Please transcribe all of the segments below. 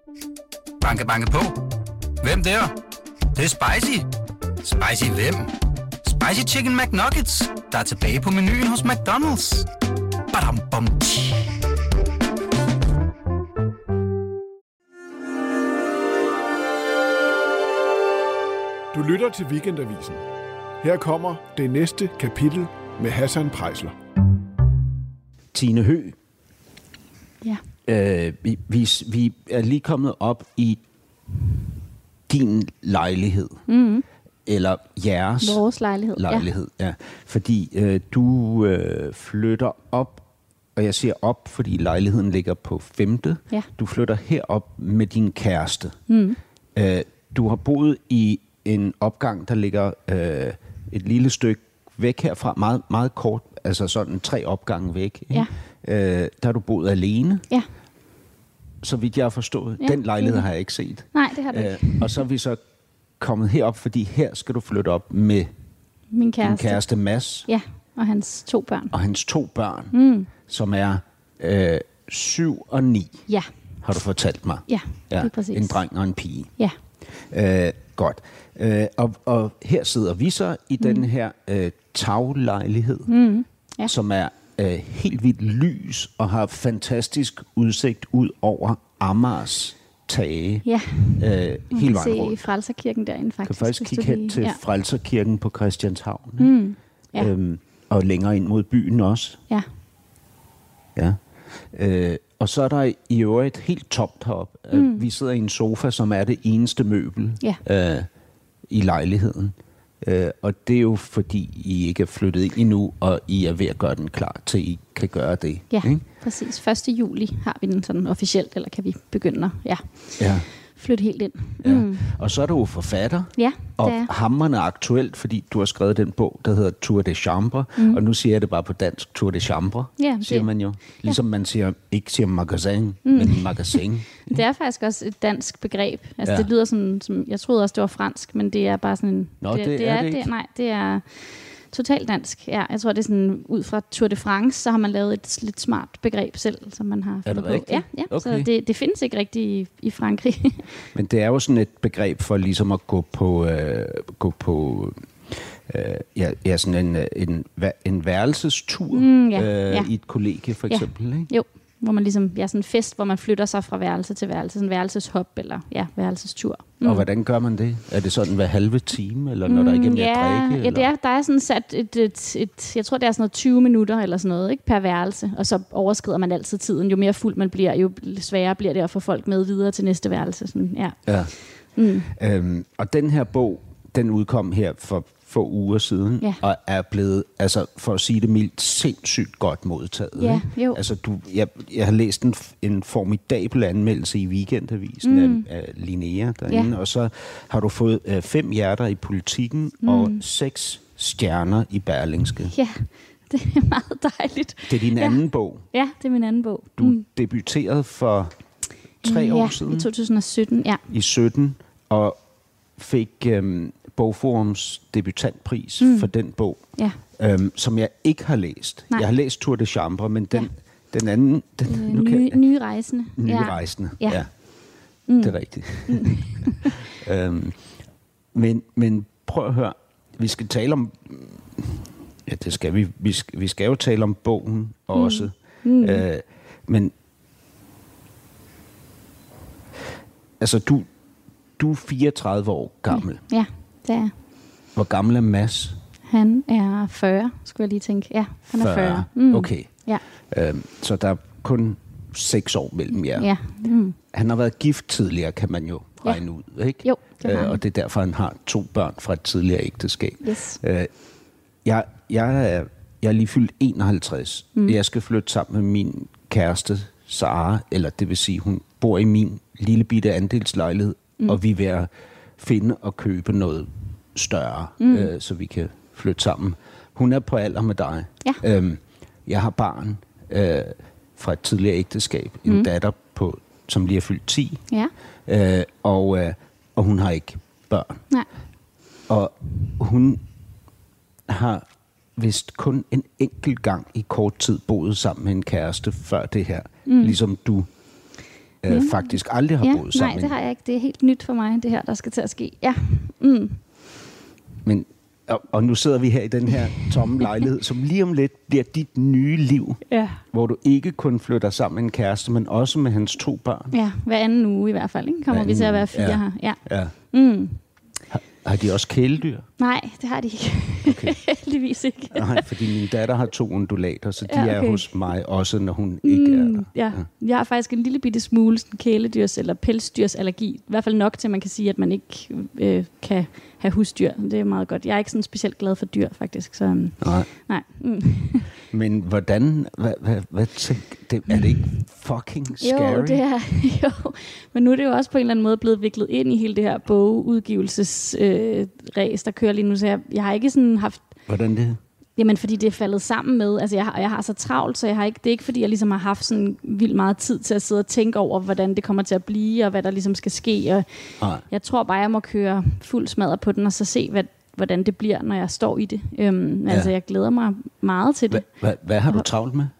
Banke, banke på. Hvem der? Det er spicy. Spicy hvem? Spicy Chicken McNuggets, der er tilbage på menuen hos McDonald's. Badum, bom, tji. Du lytter til Weekendavisen. Her kommer det næste kapitel med Hassan Preisler. Tine Høgh. Ja. Vi er lige kommet op i din lejlighed. Mm-hmm. Eller jeres vores lejlighed. Ja. Fordi du flytter op, og jeg siger op, fordi lejligheden ligger på 5. Ja. Du flytter herop med din kæreste. Mm. Du har boet i en opgang, der ligger et lille stykke væk herfra, meget, meget kort, altså sådan 3 opgange væk. Ja. Der har du boet alene. Ja. Så vidt jeg har forstået. Ja, Den lejlighed har jeg ikke set. Nej, det har du ikke. Og så er vi så kommet herop, fordi her skal du flytte op med Min kæreste. din kæreste Mads. Ja, og hans 2 børn. Og hans 2 børn, som er 7 og 9, Ja. har du fortalt mig. Ja, det er præcis. En dreng og en pige. Ja. Godt. Og her sidder vi så i den her taglejlighed, Ja. som er helt vildt lys og har fantastisk udsigt ud over Amagers tage. Ja. Hele vejen se rundt. Frelserkirken derinde, faktisk. Du kan faktisk kigge hen til Frelserkirken på Christianshavn. Ja. Og længere ind mod byen også. Ja. Ja. Og så er der i øvrigt helt tomt heroppe. Vi sidder i en sofa, som er det eneste møbel i lejligheden. Og det er jo fordi, I ikke er flyttet ind endnu, og I er ved at gøre den klar til, I kan gøre det. Ja, ikke? præcis. 1. juli har vi den sådan officielt, eller kan vi begynde at flytte helt ind. Ja. Og så er du jo forfatter, Ja, og det er. hamrende aktuelt, fordi du har skrevet den bog, der hedder Tour de Chambre, og nu siger jeg det bare på dansk, Tour de Chambre, siger man jo. Ligesom man ikke siger magasin, men magasin. Det er faktisk også et dansk begreb. Altså, Ja. det lyder som, jeg troede også, det var fransk, men det er bare sådan en... Nå, det er det ikke. Nej, det er totalt dansk. Ja, jeg tror, det er sådan, ud fra Tour de France, så har man lavet et lidt smart begreb selv, som man har fundet på. rigtigt? Ja, Okay. så det findes ikke rigtigt i Frankrig. Men det er jo sådan et begreb for ligesom at gå på sådan en værelsestur i et kollegie for eksempel, ikke? Jo, hvor man ligesom, sådan en fest, hvor man flytter sig fra værelse til værelse, sådan en værelseshop eller værelsestur. Og hvordan gør man det? Er det sådan hver halve time, eller når der ikke er mere at drikke? Ja, der er sådan sat jeg tror det er sådan noget 20 minutter eller sådan noget, ikke, per værelse, og så overskrider man altid tiden. Jo mere fuld man bliver, jo sværere bliver det at få folk med videre til næste værelse. Sådan, ja. Og den her bog, den udkom her for få uger siden, og er blevet, altså for at sige det mildt, sindssygt godt modtaget. Ja, ikke? jo. Altså jeg har læst en formidabel anmeldelse i Weekendavisen af Linnea derinde, og så har du fået 5 hjerter i Politikken og 6 stjerner i Berlingske. Ja, det er meget dejligt. Det er din anden bog. Ja, det er min anden bog. Du debuterede for 3 år siden. I 2017, ja. I 17, og fik Bogforums debutantpris for den bog, som jeg ikke har læst. Nej. Jeg har læst Tour de Chambre, men den anden... Nye rejsende. Nye rejsende, ja. Det er rigtigt. Men prøv at høre, vi skal tale om... Ja, det skal vi. Vi skal jo tale om bogen også. Men... Altså, du er 34 år gammel. Ja, det er. Hvor gammel er Mads? Han er 40, skulle jeg lige tænke. Ja, han er 40. Okay. Ja. Så der er kun 6 år mellem jer. Ja. Han har været gift tidligere, kan man jo regne ud, ikke? Jo, det har han. Og det er derfor, han har 2 børn fra et tidligere ægteskab. Yes. Jeg er lige fyldt 51. Jeg skal flytte sammen med min kæreste, Sara, eller det vil sige, hun bor i min lille bitte andelslejlighed, og vi er ved at finde og købe noget større, så vi kan flytte sammen. Hun er på alder med dig. Ja. Jeg har barn fra et tidligere ægteskab, en datter som lige er fyldt 10, og hun har ikke børn. Nej. Og hun har vist kun en enkelt gang i kort tid boet sammen med en kæreste før det her, ligesom du. faktisk aldrig har boet sammen. Nej, det har jeg ikke. Det er helt nyt for mig, det her, der skal til at ske. Ja. Men, og nu sidder vi her i den her tomme lejlighed, som lige om lidt bliver dit nye liv. Ja. Hvor du ikke kun flytter sammen med en kæreste, men også med hans 2 børn. Ja, hver anden uge i hvert fald. Ikke? Kommer vi til at være 4 her. Ja. Har de også kæledyr? Nej, det har de ikke. Okay. Heldigvis ikke. Nej, fordi min datter har 2 undulater, så de er hos mig også, når hun ikke er der. Ja. Jeg har faktisk en lille bitte smule kæledyrs- eller pelsdyrsallergi. I hvert fald nok til, at man kan sige, at man ikke kan have husdyr. Det er meget godt. Jeg er ikke sådan specielt glad for dyr, faktisk. Så, nej. Men hvordan... er det ikke fucking scary? Jo, det er jo. Men nu er det jo også på en eller anden måde blevet viklet ind i hele det her bogudgivelsesræs, der kører lige nu. Så jeg har ikke sådan haft... Hvordan det? Jamen, fordi det er faldet sammen med... Altså, jeg har så travlt, så det er ikke fordi, jeg ligesom har haft sådan vildt meget tid til at sidde og tænke over, hvordan det kommer til at blive, og hvad der ligesom skal ske. Og jeg tror bare, jeg må køre fuld smadre på den, og så se, hvordan det bliver, når jeg står i det. Altså, jeg glæder mig meget til det. Hvad har du travlt med?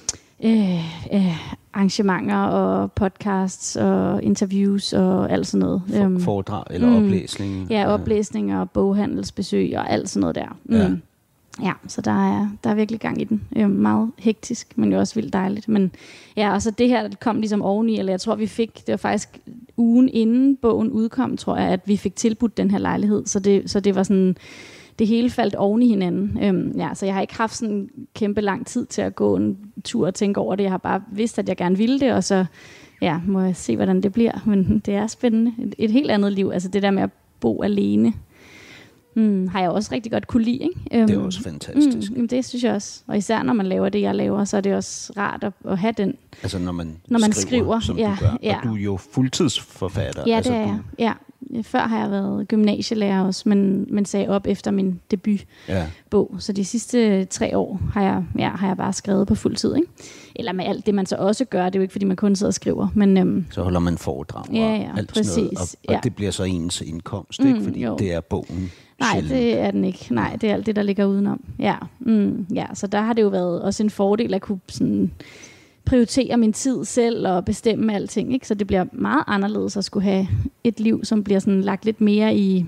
Arrangementer og podcasts og interviews og alt sådan noget. Foredrag eller oplæsning? Ja, oplæsning og boghandelsbesøg og alt sådan noget der. Ja, så der er virkelig gang i den. Meget hektisk, men jo også vildt dejligt. Men ja, og så det her kom ligesom oveni, eller jeg tror, det var faktisk ugen inden bogen udkom, tror jeg, at vi fik tilbudt den her lejlighed. Så det var sådan, det hele faldt oven i hinanden. Så jeg har ikke haft sådan kæmpe lang tid til at gå en tur og tænke over det. Jeg har bare vidst, at jeg gerne ville det, og så må jeg se, hvordan det bliver. Men det er spændende. Et helt andet liv, altså det der med at bo alene. Har jeg også rigtig godt kunne lide. Ikke? Det er også fantastisk. Det synes jeg også. Og især når man laver det, jeg laver, så er det også rart at have den. Altså når man skriver som du gør. Ja. Og du er jo fuldtidsforfatter. Ja, det er jeg. Ja. Før har jeg været gymnasielærer også, men sagde op efter min debutbog. Så de sidste 3 år har jeg bare skrevet på fuld tid. Ikke? Eller med alt det, man så også gør. Det er jo ikke, fordi man kun sidder og skriver. Men, så holder man foredrag og alt præcis, sådan noget. Og det bliver så ens indkomst, ikke? Fordi det er bogen. Nej, det er den ikke. Nej, det er alt det, der ligger udenom. Så der har det jo været også en fordel at kunne sådan prioritere min tid selv og bestemme alting, ikke? Så det bliver meget anderledes at skulle have et liv, som bliver sådan lagt lidt mere i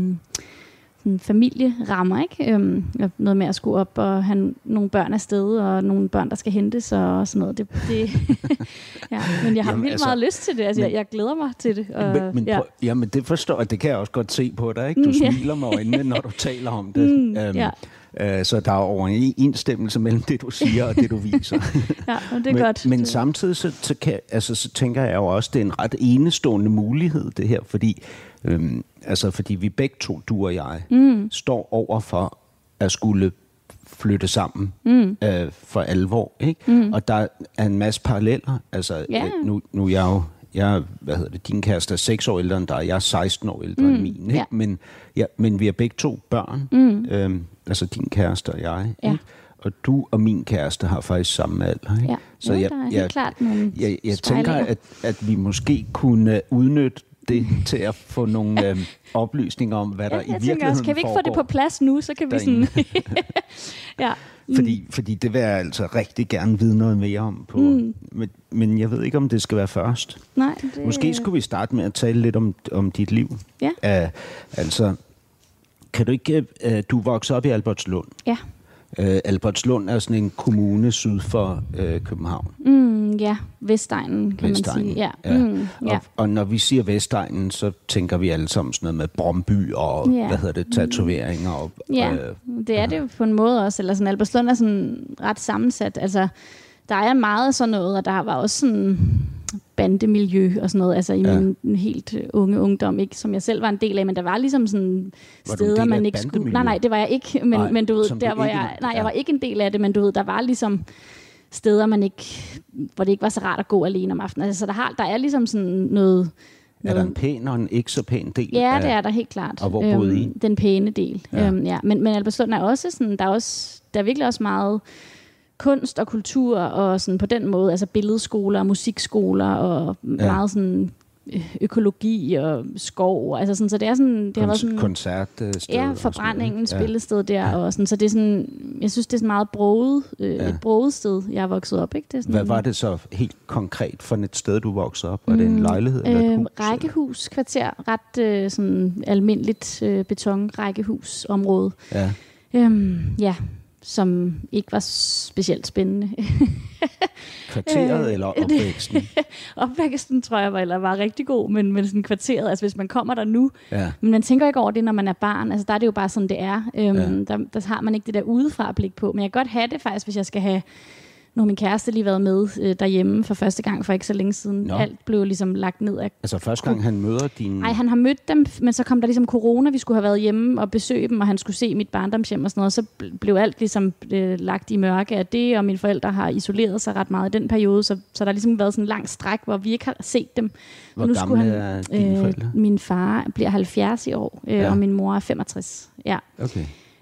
familierammer, ikke? Noget med at skulle op og have nogle børn afsted, og nogle børn, der skal hentes og sådan noget. Men jeg har vildt meget lyst til det. Altså, jeg glæder mig til det. Og, men det forstår jeg. Det kan jeg også godt se på dig, ikke? Du smiler med øjnene, når du taler om det. Så der er overensstemmelse mellem det, du siger, og det, du viser. Det er godt. Men samtidig så tænker jeg jo også, det er en ret enestående mulighed, det her, fordi fordi vi begge to, du og jeg, står over for at skulle flytte sammen for alvor, ikke? Og der er en masse paralleller. Altså, nu er jeg din kæreste er 6 år ældre end dig, jeg er 16 år ældre end min, ikke? Men vi er begge to børn, altså din kæreste og jeg, ikke? Og du og min kæreste har faktisk samme alder, ikke? Så der er helt klart nogle jeg tænker, at vi måske kunne udnytte det til at få nogle oplysninger om, hvad der i virkeligheden også, kan vi ikke få det på plads nu, så kan vi sådan... Fordi det vil jeg altså rigtig gerne vide noget mere om på. Men jeg ved ikke, om det skal være først. Nej, måske skulle vi starte med at tale lidt om dit liv. Ja. Kan du ikke... du voksede op i Albertslund. Ja. Albertslund er sådan en kommune syd for København. Vestegnen, kan man sige. Og når vi siger Vestegnen, så tænker vi alle sammen sådan noget med Brøndby og tatoveringer. Og, det er det jo på en måde også. Eller sådan, Albertslund er sådan ret sammensat. Altså, der er meget sådan noget, og der var også sådan bandemiljø og sådan noget, altså i min helt unge ungdom, ikke, som jeg selv var en del af, men der var ligesom sådan steder, man ikke skulle... Nej, det var jeg ikke, men du ved, der hvor jeg var ikke en del af det, men du ved, der var ligesom steder, hvor det ikke var så rart at gå alene om aftenen. Altså, så der er ligesom sådan noget... Er der en pæn og en ikke så pæn del? Ja, det er der helt klart. Og hvor boede I? Den pæne del. Men Albertslund er også sådan, der er virkelig også meget kunst og kultur og sådan på den måde, altså billedskoler og musikskoler og meget sådan økologi og skov. Altså sådan, så det er sådan... Det har været sådan, koncertsted. Ja, forbrændingen, spillested der. Og sådan, så det er sådan... Jeg synes, det er sådan meget broget, et broget sted, jeg er vokset op. Ikke? Det er sådan, hvad var det så helt konkret for et sted, du voksede op? Var det en lejlighed eller et hus? Rækkehuskvarter. Ret sådan almindeligt betonrækkehusområde. Ja. Ja, som ikke var specielt spændende. Kvarteret eller opvæksten? Opvæksten, tror jeg, var rigtig god, men sådan kvarteret, altså hvis man kommer der nu, men man tænker ikke over det, når man er barn, altså der er det jo bare sådan, det er. Der har man ikke det der udefra blik på, men jeg kan godt have det faktisk, hvis jeg skal have. Nu har min kæreste lige været med derhjemme for første gang for ikke så længe siden. Nå. Alt blev ligesom lagt ned af... Altså første gang han møder dine... Nej, han har mødt dem, men så kom der ligesom corona, vi skulle have været hjemme og besøge dem, og han skulle se mit barndomshjem og sådan noget. Så blev alt ligesom lagt i mørke af det, og mine forældre har isoleret sig ret meget i den periode, så der har ligesom været sådan en lang stræk, hvor vi ikke har set dem. Hvor gamle er dine forældre? Min far bliver 70 i år, og min mor er 65. Ja. Okay.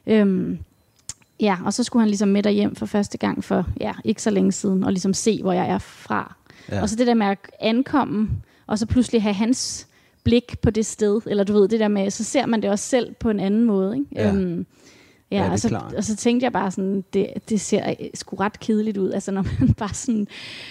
Ja, og så skulle han ligesom med derhjem for første gang for ikke så længe siden, og ligesom se, hvor jeg er fra. Ja. Og så det der med at ankomme, og så pludselig have hans blik på det sted, eller du ved, det der med, så ser man det også selv på en anden måde. Ikke? Ja, og så tænkte jeg bare sådan, det ser sgu ret kedeligt ud, altså når man bare sådan,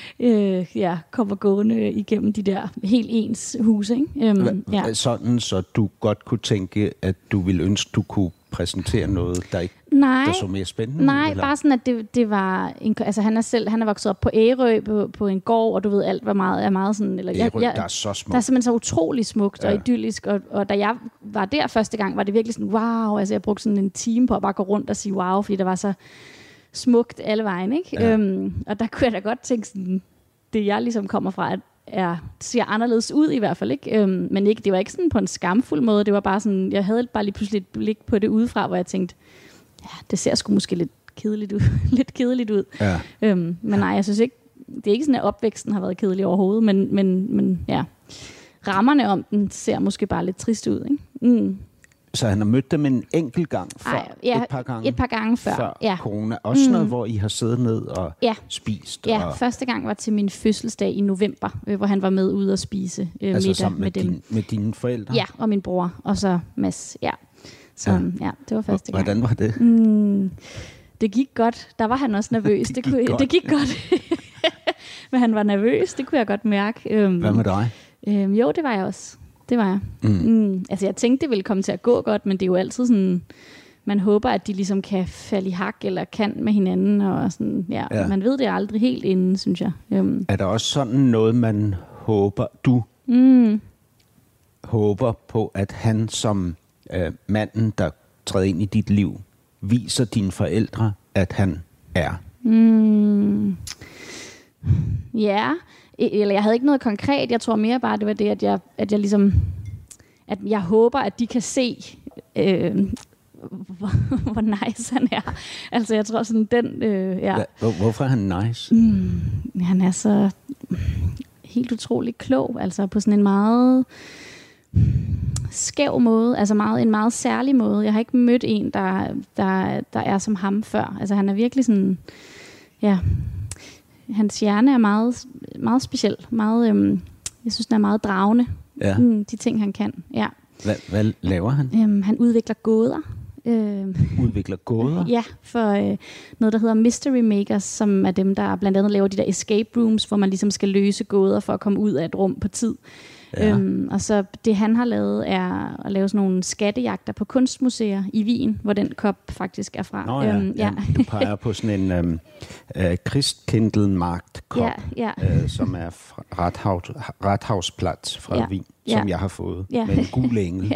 kommer gående igennem de der helt ens huse. Ikke? Sådan, så du godt kunne tænke, at du ville ønske, du kunne præsentere noget, der ikke der så mere spændende? Nej, eller? bare sådan, at det var... Altså, han er vokset op på Ærø, på en gård, og du ved, alt var meget sådan... Eller, Ærø, der er så smukt. Der er simpelthen så utrolig smukt og idyllisk, og da jeg var der første gang, var det virkelig sådan, wow, altså jeg brugte sådan en time på at bare gå rundt og sige wow, fordi der var så smukt alle vejen, ikke? Ja. Og der kunne jeg da godt tænke sådan, det jeg ligesom kommer fra, ser anderledes ud i hvert fald, ikke? Men ikke, det var ikke sådan på en skamfuld måde, det var bare sådan, jeg havde bare lige pludselig et blik på det udefra, hvor jeg tænkte, det ser sgu måske lidt kedeligt ud. Ja. Men nej, jeg synes ikke, det er ikke sådan, at opvæksten har været kedelig overhovedet, men ja, rammerne om den ser måske bare lidt trist ud, ikke? Så han har mødt dem en enkelt gang før? Et par gange før corona. Også noget, hvor I har siddet ned og spist? Ja, første gang var til min fødselsdag i november, hvor han var med ude at spise middag sammen med dem. Med dine forældre? Ja, og min bror, og så Mads, Så det var første gang. Hvordan var det? Det gik godt. Der var han også nervøs. Det gik godt. Men han var nervøs, det kunne jeg godt mærke. Hvad med dig? Jo, det var jeg også. Det var jeg. Altså, jeg tænkte, det ville komme til at gå godt, men det er jo altid sådan, man håber, at de ligesom kan falde i hak eller kan med hinanden, og sådan, man ved det aldrig helt inden, synes jeg. Er der også sådan noget, man håber, håber på, at han som manden, der træder ind i dit liv, viser dine forældre, at han er? Ja, eller jeg havde ikke noget konkret. Jeg tror mere bare, det var det, at jeg ligesom, at jeg håber, at de kan se, hvor nice han er. Altså, jeg tror sådan, Hvorfor er han nice? Han er så helt utrolig klog, altså på sådan en meget skæv måde, altså en meget særlig måde. Jeg har ikke mødt en, der er som ham før. Altså, han er virkelig sådan, hans hjerne er meget, meget speciel. Meget, jeg synes, den er meget dragende. Ja. De ting, han kan. Ja. Hvad laver han? Han udvikler gåder. Udvikler gåder? Ja, for noget, der hedder Mystery Makers, som er dem, der blandt andet laver de der escape rooms, hvor man ligesom skal løse gåder for at komme ud af et rum på tid. Ja. Og så det, han har lavet, er at lave sådan nogle skattejagter på kunstmuseer i Wien, hvor den kop faktisk er fra. Nå du peger på sådan en Christkindlmarkt-kop, som er fra Rathausplads fra Wien, som jeg har fået, med en gul engel.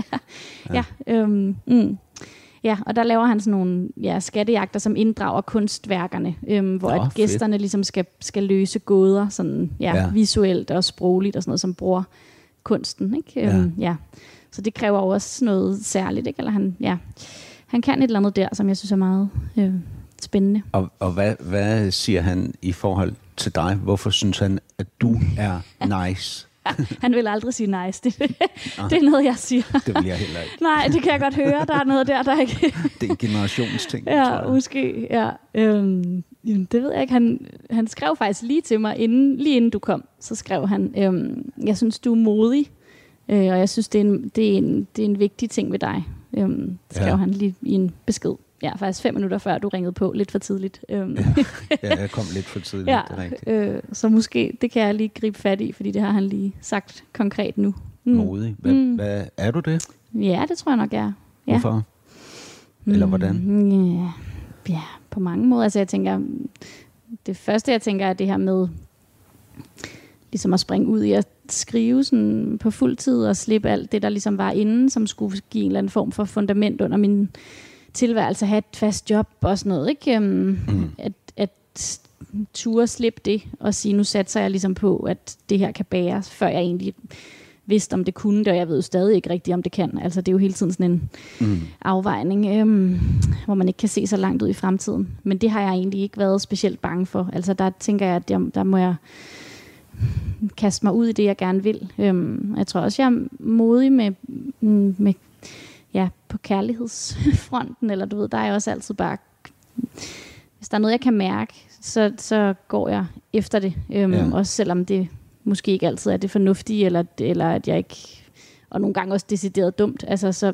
Ja, og der laver han sådan nogle skattejagter, som inddrager kunstværkerne, hvor at gæsterne ligesom skal løse gåder, sådan visuelt og sprogligt og sådan noget, som bruger kunsten, ikke? Så det kræver også noget særligt, ikke? Eller han kan et eller andet der, som jeg synes er meget spændende. Og hvad siger han i forhold til dig? Hvorfor synes han, at du er nice? Han vil aldrig sige nice. Det er noget, jeg siger. Det vil jeg heller ikke. Nej, det kan jeg godt høre. Der er noget der ikke... Det er en generationsting, ja, tror jeg. Måske, ja. Det ved jeg ikke. Han skrev faktisk lige til mig, lige inden du kom, så skrev han, jeg synes, du er modig, og jeg synes, det er en vigtig ting ved dig. Skrev han lige i en besked. Ja, faktisk 5 minutter før du ringede på, lidt for tidligt. Ja, jeg kom lidt for tidligt, ja, det er rigtigt. Så måske, det kan jeg lige gribe fat i, fordi det har han lige sagt konkret nu. Modig. Hvad er du det? Ja, det tror jeg nok, jeg er. Ja. Hvorfor? Eller hvordan? Ja, på mange måder. Altså jeg tænker, det første jeg tænker er det her med ligesom at springe ud i at skrive sådan på fuld tid og slippe alt det, der ligesom var inden, som skulle give en eller anden form for fundament under min tilværelse, have et fast job og sådan noget, ikke? At ture slippe det og sige, nu satser jeg ligesom på, at det her kan bæres, før jeg egentlig vidste, om det kunne det, og jeg ved jo stadig ikke rigtigt, om det kan. Altså det er jo hele tiden sådan en afvejning, hvor man ikke kan se så langt ud i fremtiden. Men det har jeg egentlig ikke været specielt bange for. Altså der tænker jeg, at der må jeg kaste mig ud i det, jeg gerne vil. Jeg tror også, jeg er modig med på kærlighedsfronten, eller du ved, der er jeg også altid bare, hvis der er noget, jeg kan mærke, så går jeg efter det. Også selvom det måske ikke altid er det fornuftige, eller at jeg ikke, og nogle gange også decideret dumt. Altså,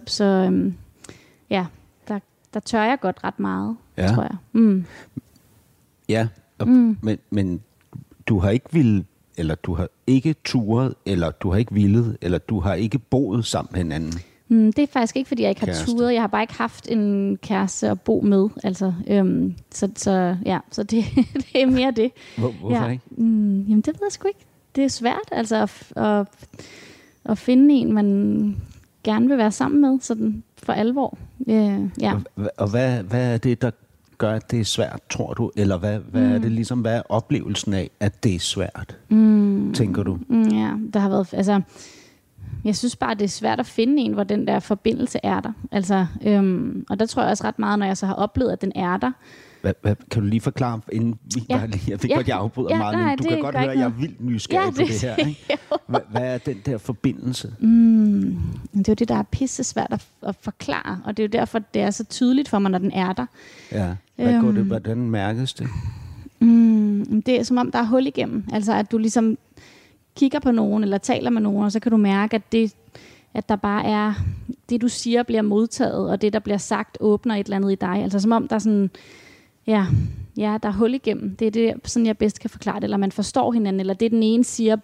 der tør jeg godt ret meget, tror jeg. Ja, men du har ikke villet, eller du har ikke turet, eller du har ikke villet, eller du har ikke boet sammen med hinanden. Det er faktisk ikke, fordi jeg ikke har turet. Jeg har bare ikke haft en kæreste at bo med. Altså, så det er mere det. Hvorfor ikke? Jamen, det ved jeg sgu ikke. Det er svært altså at finde en, man gerne vil være sammen med, sådan for alvor. Og hvad er det, der gør, at det er svært, tror du? Eller hvad er det ligesom, hvad er oplevelsen af, at det er svært, tænker du? Ja, der har været, altså, jeg synes bare, det er svært at finde en, hvor den der forbindelse er der. Altså, og der tror jeg også ret meget, når jeg så har oplevet, at den er der. Hvad, kan du lige forklare, inden vi bare lige, jeg ved godt, jeg afbryder meget, men du kan godt høre, at jeg er vildt nysgerrig på det her. Ikke? Hvad er den der forbindelse? Det er jo det, der er pisse svært at forklare, og det er jo derfor, det er så tydeligt for mig, når den er der. Ja. Hvordan mærkes det? Det er som om, der er hul igennem. Altså, at du ligesom kigger på nogen, eller taler med nogen, og så kan du mærke, at der bare er, det du siger bliver modtaget, og det der bliver sagt åbner et eller andet i dig. Altså som om der er sådan, ja, der er hul igennem. Det er det, sådan jeg bedst kan forklare det, eller man forstår hinanden, eller det den ene siger,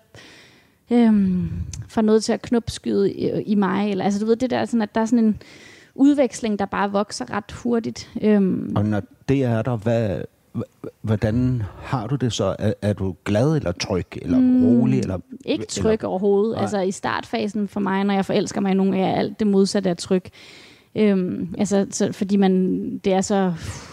får noget til at knopskyde i mig, eller altså du ved, det der sådan, at der er sådan en udveksling, der bare vokser ret hurtigt. Og når det er der, hvordan har du det så? Er du glad eller tryg eller rolig? Eller, ikke tryg overhovedet. Nej. Altså i startfasen for mig, når jeg forelsker mig i nogen, er alt det modsatte af tryg. Fordi det er så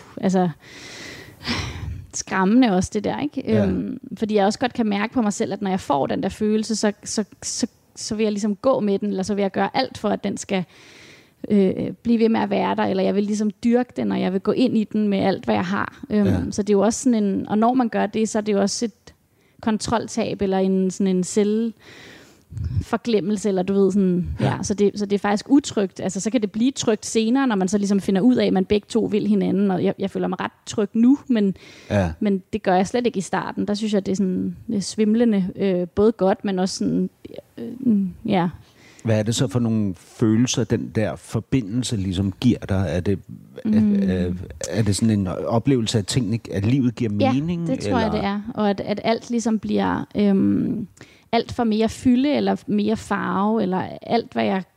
skræmmende også det der, ikke? Fordi jeg også godt kan mærke på mig selv, at når jeg får den der følelse, så vil jeg ligesom gå med den, eller så vil jeg gøre alt for, at den skal blive ved med at være der, eller jeg vil ligesom dyrke den, og jeg vil gå ind i den med alt, hvad jeg har. Så det er jo også sådan en, og når man gør det, så er det jo også et kontroltab, eller sådan en selvforglemmelse, eller du ved sådan, så det er faktisk utrygt. Altså så kan det blive trygt senere, når man så ligesom finder ud af, at man begge to vil hinanden, og jeg føler mig ret tryg nu, men det gør jeg slet ikke i starten. Der synes jeg, det er sådan det er svimlende, både godt, men også sådan, Hvad er det så for nogle følelser, den der forbindelse ligesom giver dig? Er det sådan en oplevelse af tingene, at livet giver mening? Ja, det tror jeg, det er. Og at alt ligesom bliver alt for mere fylde, eller mere farve, eller alt, hvad jeg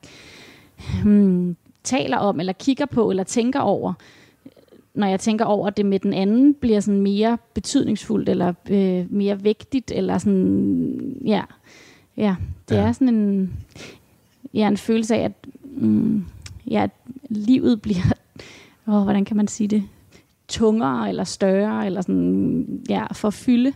taler om, eller kigger på, eller tænker over. Når jeg tænker over det med den anden, bliver sådan mere betydningsfuldt, eller mere vægtigt, eller sådan, det er sådan en følelse af, at livet bliver, hvordan kan man sige det, tungere eller større, eller sådan, for at fylde.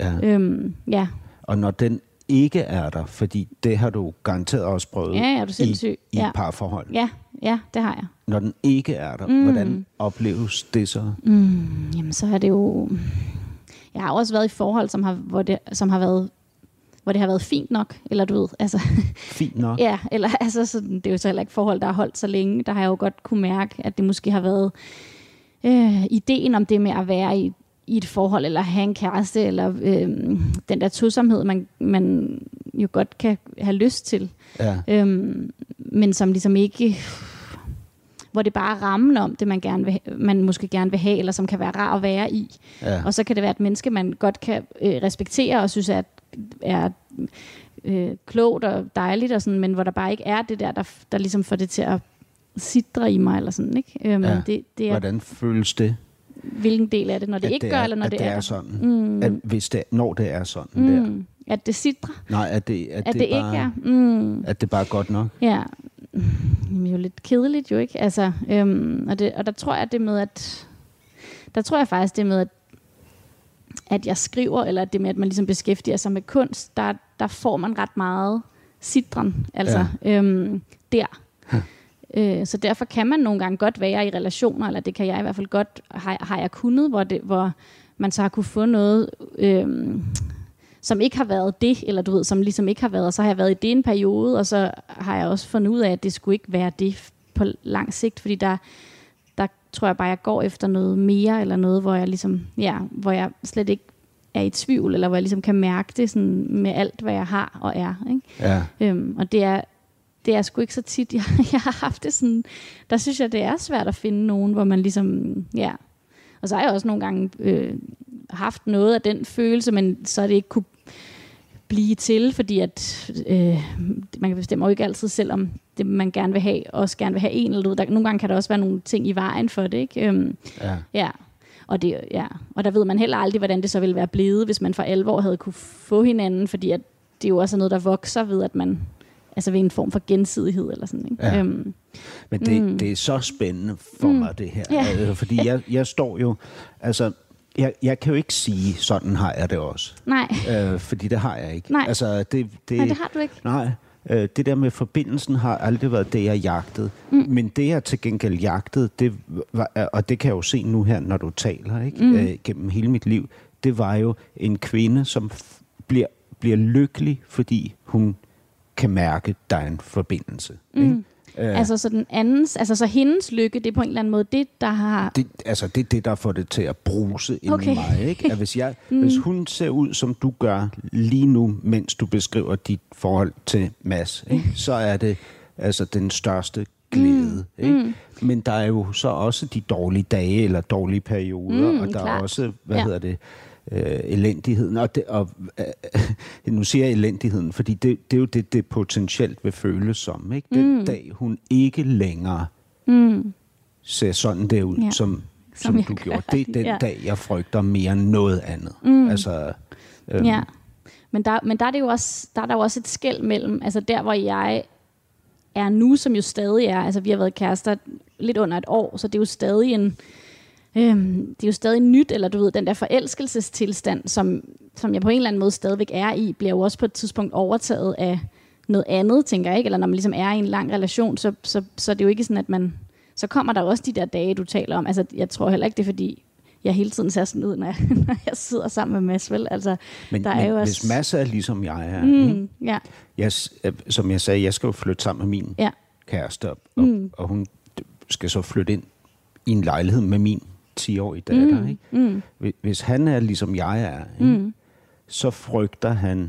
Og når den ikke er der, fordi det har du garanteret også prøvet i et parforhold. Ja, det har jeg. Når den ikke er der, hvordan opleves det så? Jamen, så er det jo... Jeg har også været i forhold, som har været hvor det har været fint nok, eller du ved, altså... Fint nok? Ja, eller altså, sådan, det er jo så heller ikke forhold, der har holdt så længe. Der har jeg jo godt kunne mærke, at det måske har været ideen om det med at være i et forhold, eller have en kæreste, eller den der tosomhed, man jo godt kan have lyst til. Ja. Men som ligesom ikke... hvor det bare er rammen om det, man måske gerne vil have, eller som kan være rar at være i. Ja. Og så kan det være et menneske, man godt kan respektere, og synes er klogt og dejligt, og sådan, men hvor der bare ikke er det der ligesom får det til at sidre i mig, eller sådan, ikke? Det er, hvordan føles det? Hvilken del er det, når det ikke gør, eller når det er sådan? At når det er sådan der? At det sidrer? Nej, at det bare, ikke er. At det bare er godt nok? Ja. Det er jo lidt kedeligt jo, ikke? Altså, og der tror jeg det med, at jeg skriver, eller det med, at man ligesom beskæftiger sig med kunst, der får man ret meget sidren, altså der. Så derfor kan man nogle gange godt være i relationer, eller det kan jeg i hvert fald godt, har jeg kunnet, hvor man så har kunne få noget, som ikke har været det, eller du ved, som ligesom ikke har været, og så har jeg været i det en periode, og så har jeg også fundet ud af, at det skulle ikke være det på lang sigt, fordi der tror jeg bare, jeg går efter noget mere, eller noget, hvor jeg ligesom, hvor jeg slet ikke er i tvivl, eller hvor jeg ligesom kan mærke det sådan med alt, hvad jeg har og er, ikke? Ja. Og det er sgu ikke så tit, jeg har haft det sådan, der synes jeg, det er svært at finde nogen, hvor man ligesom, og så har jeg også nogle gange haft noget af den følelse, men så er det ikke kunne blive til, fordi at man kan bestemme jo ikke altid selv, om det man gerne vil have, også gerne vil have en eller noget. Nogle gange kan der også være nogle ting i vejen for det, ikke? Ja. Og der ved man heller aldrig, hvordan det så ville være blevet, hvis man for alvor havde kunne få hinanden, fordi at det jo også er noget, der vokser ved, at man altså ved en form for gensidighed eller sådan, ikke? Ja. Men det er så spændende for mig, det her. Ja. Fordi jeg står jo, altså, jeg kan jo ikke sige, sådan har jeg det også. Nej. Fordi det har jeg ikke. Nej. Altså, Nej, det har du ikke. Nej. Det der med forbindelsen har aldrig været det, jeg jagtede. Men det, jeg til gengæld jagtede, det var, og det kan jeg jo se nu her, når du taler, ikke? Gennem hele mit liv, det var jo en kvinde, som bliver lykkelig, fordi hun kan mærke, at der er en forbindelse. Ikke? Altså så den andens, altså så hendes lykke, det er på en eller anden måde det, der har... Det er det, der får det til at bruse ind i mig. Ikke? At hvis hun ser ud, som du gør lige nu, mens du beskriver dit forhold til Mads, ikke? Så er det altså den største glæde. Ikke? Men der er jo så også de dårlige dage, eller dårlige perioder, og der er også, elendigheden. Og nu siger jeg elendigheden, fordi det er jo det potentielt vil føles som. Ikke? Den dag, hun ikke længere ser sådan der ud, som du gjorde. Det er den dag, jeg frygter mere end noget andet. Altså, Men der er det jo også, der er jo også et skel mellem, altså der, hvor jeg er nu, som jo stadig er, altså vi har været kærester lidt under et år, så det er jo stadig det er jo stadig nyt, eller du ved, den der forelskelsestilstand, som jeg på en eller anden måde stadigvæk er i, bliver jo også på et tidspunkt overtaget af noget andet, tænker jeg, ikke? Eller når man ligesom er i en lang relation, så er det jo ikke sådan, at man... Så kommer der også de der dage, du taler om. Altså, jeg tror heller ikke, det er fordi, jeg hele tiden ser sådan ud, når jeg sidder sammen med Mads, vel? Altså, men er jo hvis Mads er ligesom jeg er, som jeg sagde, jeg skal jo flytte sammen med min kæreste, og hun skal så flytte ind i en lejlighed med min 10-årige datter. Ikke? Hvis han er ligesom jeg er, så frygter han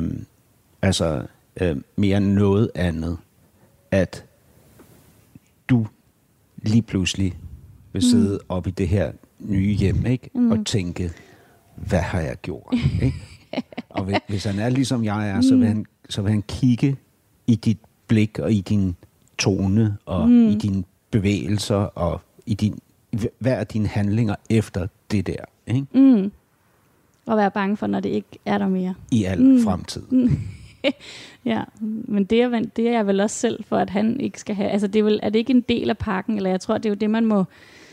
mere end noget andet, at du lige pludselig vil sidde op i det her nye hjem, ikke? Og tænke, hvad har jeg gjort? Ikke? Og hvis han er ligesom jeg er, så vil han kigge i dit blik og i din tone og i dine bevægelser og i hvad er dine handlinger efter det der, ikke? Og være bange for, når det ikke er der mere. I al fremtid. Ja, men det er jeg vel også selv for, at han ikke skal have... Altså, er det ikke en del af pakken? Eller jeg tror, det er jo det, man må...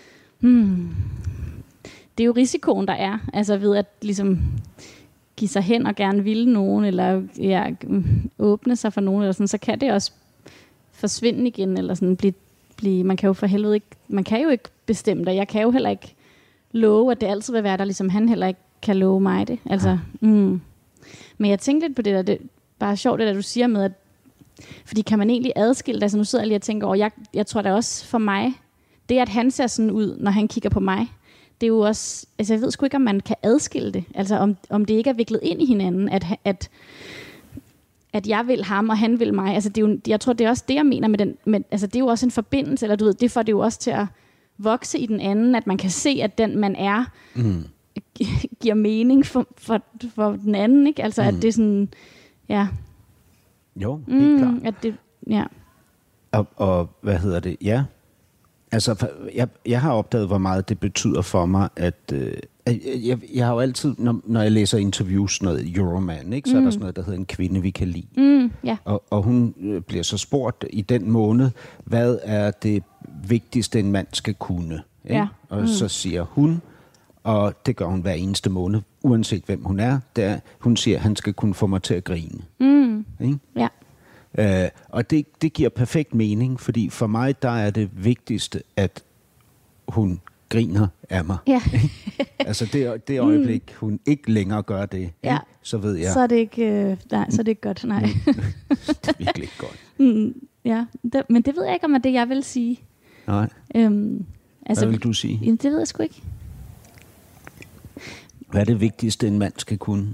Det er jo risikoen, der er. Altså ved at ligesom give sig hen og gerne ville nogen, eller åbne sig for nogen, eller sådan, så kan det også forsvinde igen, eller sådan blive... Man kan jo for helvede ikke... Man kan jo ikke bestemme det. Jeg kan jo heller ikke love, at det altid vil være der, ligesom han heller ikke kan love mig det. Altså... Men jeg tænkte lidt på det der, det er bare sjovt, det der du siger med, at fordi kan man egentlig adskille det? Altså nu sidder jeg lige og tænker over, jeg tror da også for mig, det at han ser sådan ud, når han kigger på mig, det er jo også, altså jeg ved sgu ikke, om man kan adskille det. Altså om det ikke er viklet ind i hinanden, at jeg vil ham, og han vil mig. Altså det er jo, jeg tror, det er også det, jeg mener med den, altså det er jo også en forbindelse, eller du ved, det får det jo også til at vokse i den anden, at man kan se, at den man er, giver mening for den anden, ikke? Altså at det er sådan, ja. Jo, helt klart. At det, ja. Og hvad hedder det? Ja. Altså, jeg har opdaget, hvor meget det betyder for mig, at jeg har jo altid, når jeg læser interviews, noget Euroman, ikke, så er der sådan noget, der hedder en kvinde, vi kan lide. Ja. Og hun bliver så spurgt i den måned, hvad er det vigtigste, en mand skal kunne? Ikke? Ja. Og så siger hun, og det gør hun hver eneste måned, uanset hvem hun er, hun siger, at han skal kunne få mig til at grine. Ikke? Ja. Og det giver perfekt mening, fordi for mig, der er det vigtigste, at hun griner af mig. Ja. Altså det øjeblik, hun ikke længere gør det, Ja. så ved jeg. Så er det ikke, nej, så er det ikke godt, nej. Det er virkelig ikke godt. Ja, men det ved jeg ikke, om det jeg vil sige. Nej. Altså, Hvad vil du sige? Jamen, det ved jeg sgu ikke. Hvad er det vigtigste, en mand skal kunne?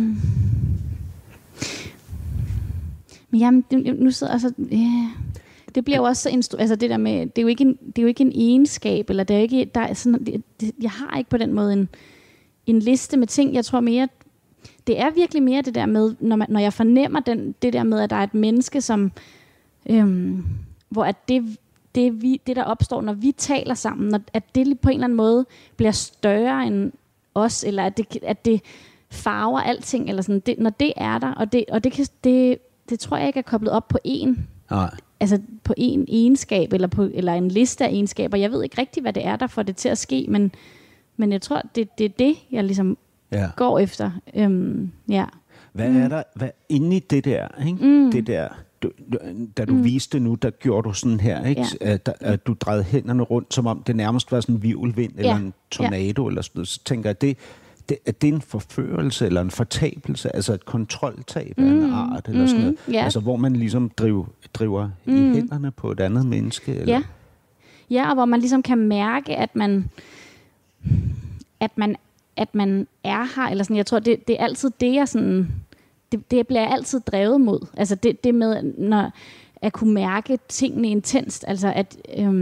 Men jamen, nu sidder altså, det bliver jo også så altså det der med, det er jo ikke en egenskab, eller det er ikke, der er sådan, jeg har ikke på den måde en liste med ting. Jeg tror mere, det er virkelig mere det der med, når jeg fornemmer det der med, at der er et menneske, som, hvor at det der opstår, når vi taler sammen, at det på en eller anden måde bliver større end os, eller at det farver alting, eller sådan, når det er der, og det tror jeg ikke er koblet op på altså på en egenskab, eller en liste af egenskaber. Jeg ved ikke rigtig, hvad det er, der får det til at ske, men jeg tror, det er det, jeg ligesom går efter. Ja. Hvad er der inde i det der, ikke? Det der, da du viste nu, der gjorde du sådan her, ikke? Ja. At du drejede hænderne rundt, som om det nærmest var sådan en virvelvind, eller en tornado, eller sådan noget. Så tænker jeg, er det en forførelse eller en fortabelse, altså et kontroltab af en art, eller sådan noget? Ja. Altså hvor man ligesom driver i hænderne på et andet menneske? Eller? Ja, og hvor man ligesom kan mærke, at man er her, eller sådan. Jeg tror, det er altid det, jeg sådan, det bliver jeg altid drevet mod. Altså det med, at kunne mærke tingene intenst, altså at,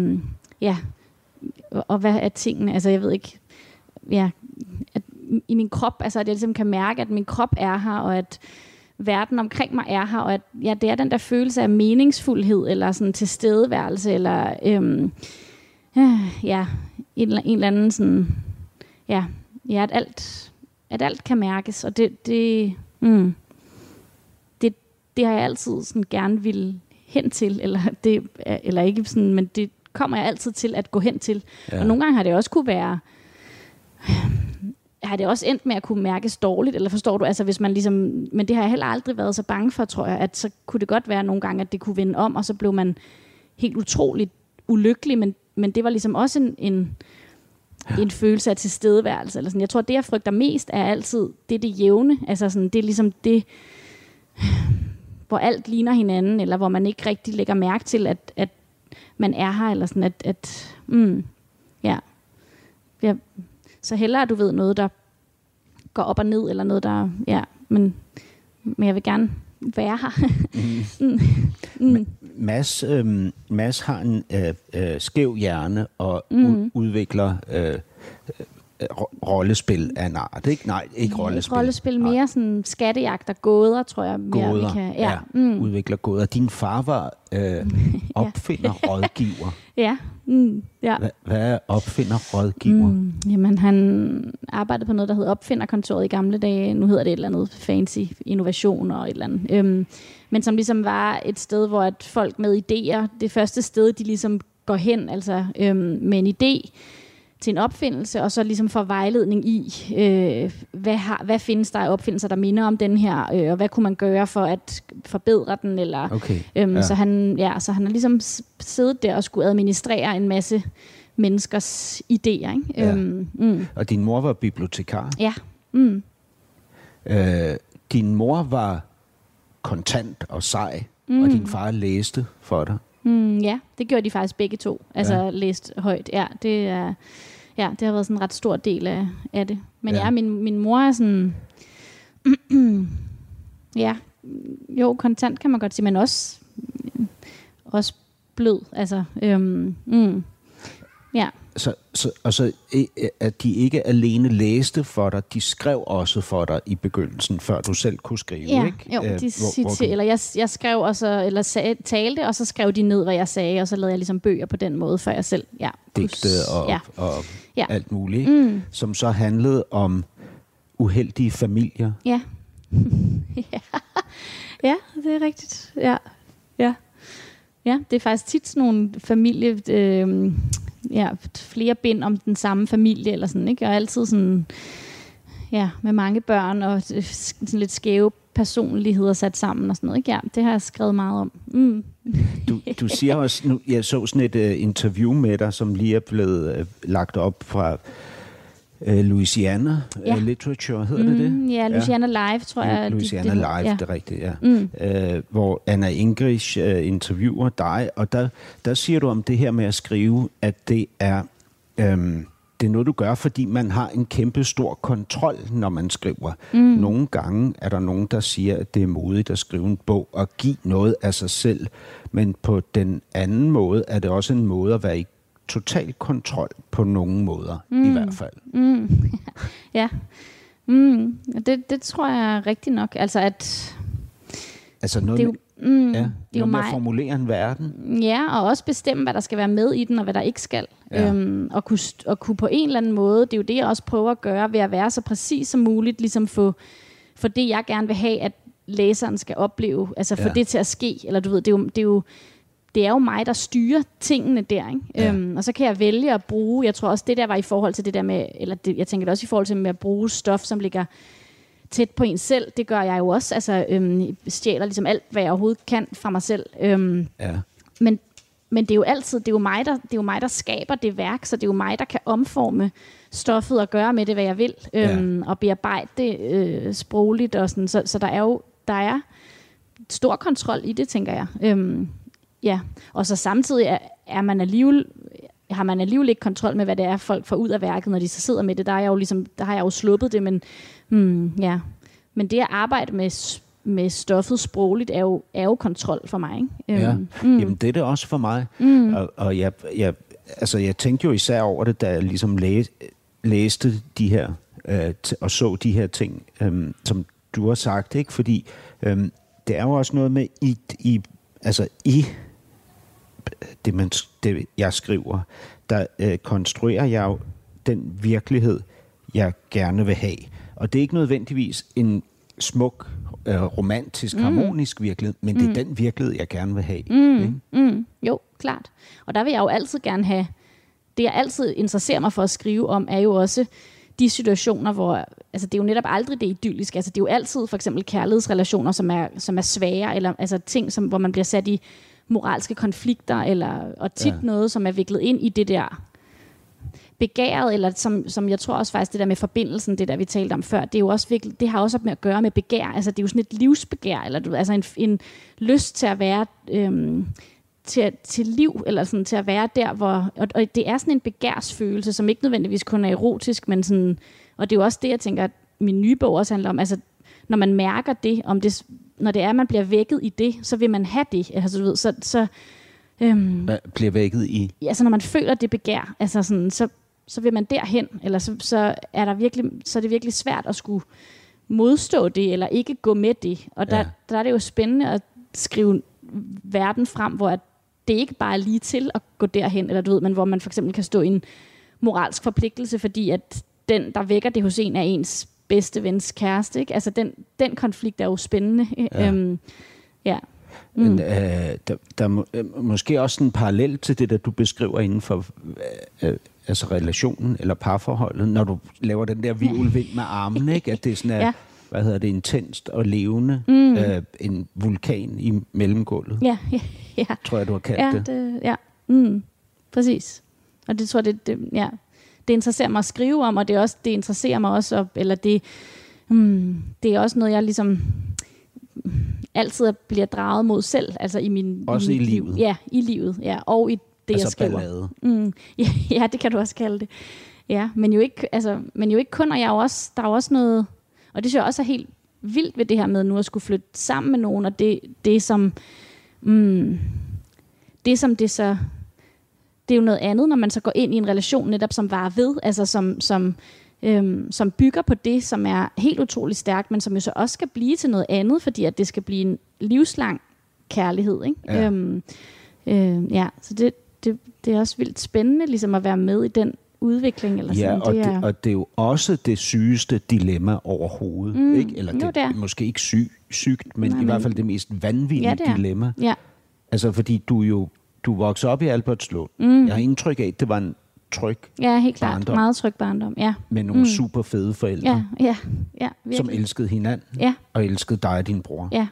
og hvad er tingene, altså jeg ved ikke, at i min krop, altså at jeg ligesom kan mærke, at min krop er her, og at verden omkring mig er her, og at det er den der følelse af meningsfuldhed, eller sådan tilstedeværelse, eller en eller anden sådan, at alt kan mærkes, og det har jeg altid sådan gerne ville hen til, eller ikke sådan, men det kommer jeg altid til at gå hen til. Ja. Og nogle gange har det også kunne være, har det også endt med at kunne mærkes dårligt, eller forstår du, altså hvis man ligesom, men det har jeg heller aldrig været så bange for, tror jeg, at så kunne det godt være nogle gange, at det kunne vende om, og så blev man helt utroligt ulykkelig, men det var ligesom også en følelse af tilstedeværelse, eller sådan. Jeg tror, det jeg frygter mest er altid det jævne, altså sådan, det er ligesom det, hvor alt ligner hinanden, eller hvor man ikke rigtig lægger mærke til, at man er her, eller sådan, ja. Så hellere, du ved, noget, der går op og ned, eller noget, der, men jeg vil gerne være her. Mads har en skæv hjerne, og udvikler rollespil af en art, ikke? Nej, ikke rollespil. Rollespil, mere sådan skattejagt og gåder, tror jeg. Mere, gåder, vi kan, udvikler gåder. Din far var opfinder, rådgiver. Ja. Hvad er opfinder, rådgiver? Jamen, han arbejdede på noget, der hed opfinderkontoret i gamle dage. Nu hedder det et eller andet fancy innovation og et eller andet. Men som ligesom var et sted, hvor at folk med idéer, det første sted, de ligesom går hen, altså med en idé til en opfindelse, og så ligesom får vejledning i, hvad findes der af opfindelser, der minder om den her, og hvad kunne man gøre for at forbedre den, eller så han har ligesom siddet der og skulle administrere en masse menneskers idéer, ikke? Og din mor var bibliotekar? Ja. din mor var kontant og sej, og din far læste for dig. Ja, det gjorde de faktisk begge to. Altså læst højt. Ja, det har været sådan en ret stor del af det. Men min mor er sådan... jo, kontant kan man godt sige, men også blød. Altså, ja. Så at de ikke alene læste for dig, de skrev også for dig i begyndelsen, før du selv kunne skrive, ikke? Jo, eller jeg skrev også, eller talte, og så skrev de ned, hvad jeg sagde, og så lavede jeg ligesom bøger på den måde, før jeg selv digte og alt muligt, som så handlede om uheldige familier. Ja. Ja, det er rigtigt. Ja, det er faktisk tit sådan nogle familie, flere bind om den samme familie, eller sådan, ikke? Og altid sådan, med mange børn, og sådan lidt skæve personligheder sat sammen, og sådan noget, ikke? Ja, det har jeg skrevet meget om. Du siger også, nu, jeg så sådan et interview med dig, som lige er blevet lagt op fra Louisiana Literature, hedder det? Ja, Louisiana Live, tror jeg. Louisiana Live, det er rigtigt, ja. Hvor Anna English interviewer dig, og der siger du om det her med at skrive, at det er noget, du gør, fordi man har en kæmpe stor kontrol, når man skriver. Nogle gange er der nogen, der siger, at det er modigt at skrive en bog og give noget af sig selv, men på den anden måde er det også en måde at være i total kontrol på nogle måder, i hvert fald. Ja. Det tror jeg er rigtigt nok. Altså, at... Altså noget, det er jo med at formulere en verden. Ja, og også bestemme, hvad der skal være med i den, og hvad der ikke skal. Ja. Og kunne på en eller anden måde, det er jo det, jeg også prøver at gøre, ved at være så præcis som muligt, ligesom for det, jeg gerne vil have, at læseren skal opleve, altså for det til at ske. Eller du ved, det er jo mig, der styrer tingene der, ikke? Ja. Og så kan jeg vælge at bruge, jeg tror også, det der var i forhold til det der med, jeg tænker det også i forhold til med at bruge stof, som ligger tæt på en selv. Det gør jeg jo også, altså stjæler ligesom alt, hvad jeg overhovedet kan fra mig selv. Men det er jo altid, det er jo mig, der skaber det værk, så det er jo mig, der kan omforme stoffet og gøre med det, hvad jeg vil, og bearbejde det sprogligt og sådan. Så der er stor kontrol i det, tænker jeg. Ja, og så samtidig har man alligevel ikke kontrol med, hvad det er, folk får ud af værket, når de så sidder med det. Der har jeg jo sluppet det, men men det at arbejde med stoffet sprogligt er jo kontrol for mig, ikke? Jamen det er det også for mig. Og jeg tænkte jo især over det, da jeg ligesom læste de her og så de her ting, som du har sagt, ikke? Fordi det er jo også noget med i det jeg skriver, der konstruerer jeg jo den virkelighed, jeg gerne vil have. Og det er ikke nødvendigvis en smuk, romantisk, harmonisk virkelighed, men det er den virkelighed, jeg gerne vil have. Jo, klart. Og der vil jeg jo altid gerne have, det jeg altid interesserer mig for at skrive om, er jo også de situationer, hvor, altså det er jo netop aldrig det idylliske, altså det er jo altid for eksempel kærlighedsrelationer, som er svære, eller altså ting, hvor man bliver sat i moralske konflikter, og tit noget, som er viklet ind i det der begæret, eller som jeg tror også faktisk, det der med forbindelsen, det der vi talte om før, det er jo også virkelig, det har også med at gøre med begær, altså det er jo sådan et livsbegær, eller altså en lyst til at være til liv, eller sådan til at være der, hvor, og det er sådan en begærsfølelse, som ikke nødvendigvis kun er erotisk, men sådan, og det er jo også det, jeg tænker, at min nye bog også handler om, altså når man mærker det, når det er, at man bliver vækket i det, så vil man have det, altså du ved, bliver vækket i? Ja, så når man føler det begær, altså sådan, så vil man derhen, eller så er det virkelig svært at skulle modstå det, eller ikke gå med det, og der er det jo spændende at skrive verden frem, hvor det ikke bare er lige til at gå derhen, eller du ved, men hvor man for eksempel kan stå i en moralsk forpligtelse, fordi at den, der vækker det hos en, er ens bedste vens kæreste, ikke? Altså den konflikt er jo spændende. Men, der er måske også en parallel til det, der du beskriver inden for altså relationen eller parforholdet, når du laver den der hvirvelvind med armen, ikke? At det er sådan intenst og levende, en vulkan i mellemgulvet. Ja. Tror jeg, du har kaldt det. Præcis. Og det tror jeg, det interesserer mig at skrive om, og det interesserer mig også, eller det Det er også noget, jeg ligesom altid bliver draget mod selv, altså i min også i i livet. Ja, i livet, ja, og i det, altså jeg skriver. Ballade. Ja, det kan du også kalde det. Ja, men jo ikke kun, og der er jo også noget, og det synes jeg også er helt vildt ved det her med nu at skulle flytte sammen med nogen, og det som det er jo noget andet, når man så går ind i en relation netop som varer ved, altså som bygger på det, som er helt utrolig stærkt, men som jo så også skal blive til noget andet, fordi at det skal blive en livslang kærlighed, ikke? Ja. Så det er også vildt spændende ligesom at være med i den udvikling. Eller sådan. Og det er jo også det sygeste dilemma overhovedet. Ikke? Eller det er måske ikke sygt, men i hvert fald det mest vanvittige dilemma. Ja. Altså fordi du voksede op i Albertslund. Jeg har indtryk af, at det var en tryg helt klart. barndom. Meget tryg barndom, ja. Med nogle super fede forældre, ja, som elskede hinanden og elskede dig og din bror. Ja.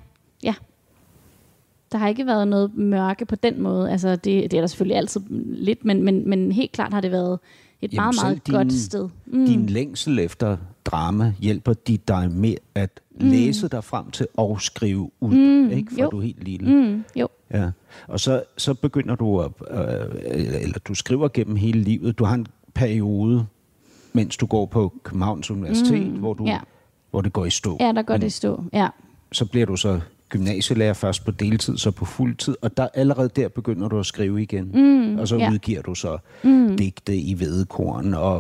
Der har ikke været noget mørke på den måde. Altså det er der selvfølgelig altid lidt, men helt klart har det været et meget godt sted. Din længsel efter drama hjælper dig med at læse dig frem til og skrive ud, ikke? For du er helt lille. Jo. Ja. Og så begynder du eller du skriver gennem hele livet. Du har en periode, mens du går på Københavns Universitet, hvor det går i stå. Ja, der går det i stå, ja. Så bliver du så gymnasielærer først på deltid, så på fuld tid, og allerede der begynder du at skrive igen. Og så udgiver du så digte i Hvedekorn og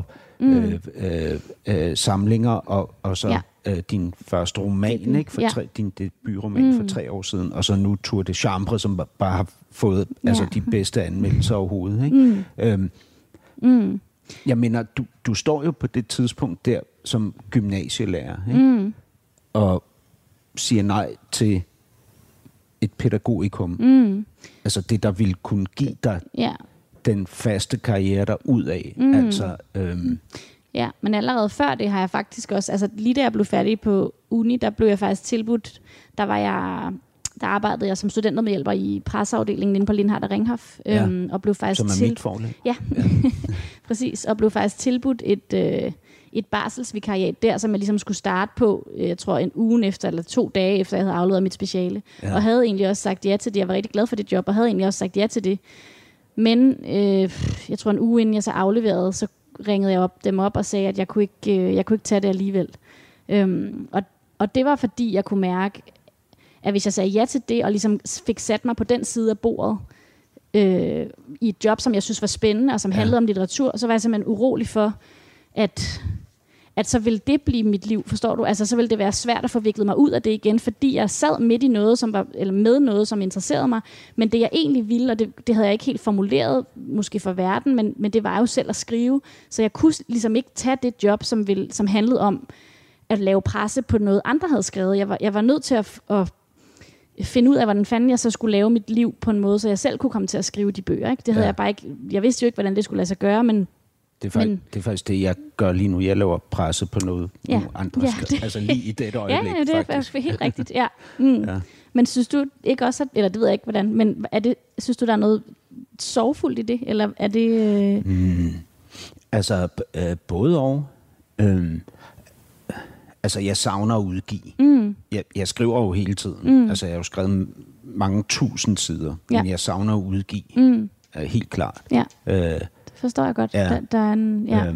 samlinger, og så din første roman, ikke? Din debutroman for 3 år siden, og så nu Tour de Chambre, som bare har fået de bedste anmeldelser overhovedet. Ikke? Jeg mener, du står jo på det tidspunkt der som gymnasielærer, ikke? Og siger nej til et pædagogikum. Altså det, der ville kunne give dig den faste karriere der ud af. Ja, men allerede før det har jeg faktisk også, altså lige da jeg blev færdig på uni, der blev jeg faktisk tilbudt, der arbejdede jeg som studentermedhjælper i presseafdelingen inde på Lindhardt og Ringhof, og blev faktisk som er mit forlag. Ja, præcis, og blev faktisk tilbudt et barselsvikariat der, som jeg ligesom skulle starte på, jeg tror en uge efter, eller 2 dage efter, jeg havde afleveret mit speciale. Og havde egentlig også sagt ja til det. Jeg var rigtig glad for det job, og havde egentlig også sagt ja til det. Men jeg tror en uge inden jeg så afleverede, så ringede jeg dem op og sagde, at jeg kunne ikke tage det alligevel. Og det var fordi, jeg kunne mærke, at hvis jeg sagde ja til det, og ligesom fik sat mig på den side af bordet, i et job, som jeg synes var spændende, og som handlede om litteratur, så var jeg simpelthen urolig for, at så ville det blive mit liv, forstår du? Altså så ville det være svært at få viklet mig ud af det igen, fordi jeg sad midt i noget, med noget, som interesserede mig, men det jeg egentlig ville, og det havde jeg ikke helt formuleret, måske for verden, men det var jo selv at skrive, så jeg kunne ligesom ikke tage det job, som handlede om at lave presse på noget, andre havde skrevet. Jeg var nødt til at finde ud af, hvordan fanden jeg så skulle lave mit liv på en måde, så jeg selv kunne komme til at skrive de bøger. Ikke? Det havde jeg bare ikke. Jeg vidste jo ikke, hvordan det skulle lade sig gøre, men det er faktisk det, jeg gør lige nu. Jeg laver presse på nogle andre. Altså lige i det øjeblik, ja, det er faktisk helt rigtigt. Ja. Ja. Men synes du ikke også, eller det ved jeg ikke, hvordan, men synes du, der er noget sorgfuldt i det, eller er det... Altså, både og. Altså, jeg savner at udgive. Jeg skriver jo hele tiden. Altså, jeg har jo skrevet mange tusind sider, men jeg savner at udgive. Helt klart. Ja. Det forstår jeg godt. Ja. Der er en... Ja.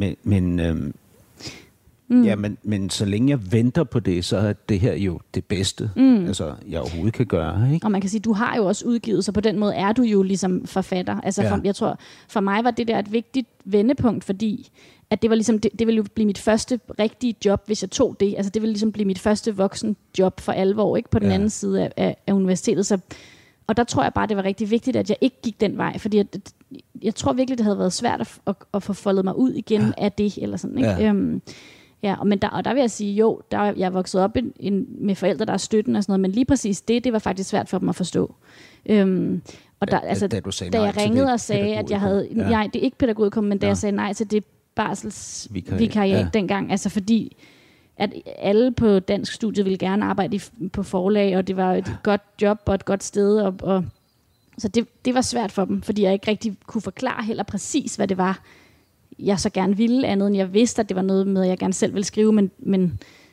Men så længe jeg venter på det, så er det her jo det bedste, altså, jeg overhovedet kan gøre. Ikke? Og man kan sige, du har jo også udgivet, så på den måde er du jo ligesom forfatter. Altså, jeg tror, for mig var det der et vigtigt vendepunkt, fordi at det var ligesom, det ville jo blive mit første rigtige job, hvis jeg tog det. Altså, det ville ligesom blive mit første voksen job for alvor, ikke? På den anden side af universitetet. Så, og der tror jeg bare, det var rigtig vigtigt, at jeg ikke gik den vej, fordi jeg tror virkelig, det havde været svært at få foldet mig ud igen af det, eller sådan, ikke? Og der vil jeg sige, jeg er vokset op med forældre, der er støtten og sådan noget, men lige præcis det var faktisk svært for dem at forstå. Og da jeg ringede og sagde, at jeg havde... Nej, det er ikke pædagogikum, men da jeg sagde nej til det barselsvikariat dengang, altså fordi at alle på dansk studie ville gerne arbejde på forlag, og det var et godt job og et godt sted, og så det var svært for dem, fordi jeg ikke rigtig kunne forklare heller præcis, hvad det var, jeg så gerne ville, andet end jeg vidste, at det var noget med, at jeg gerne selv ville skrive, men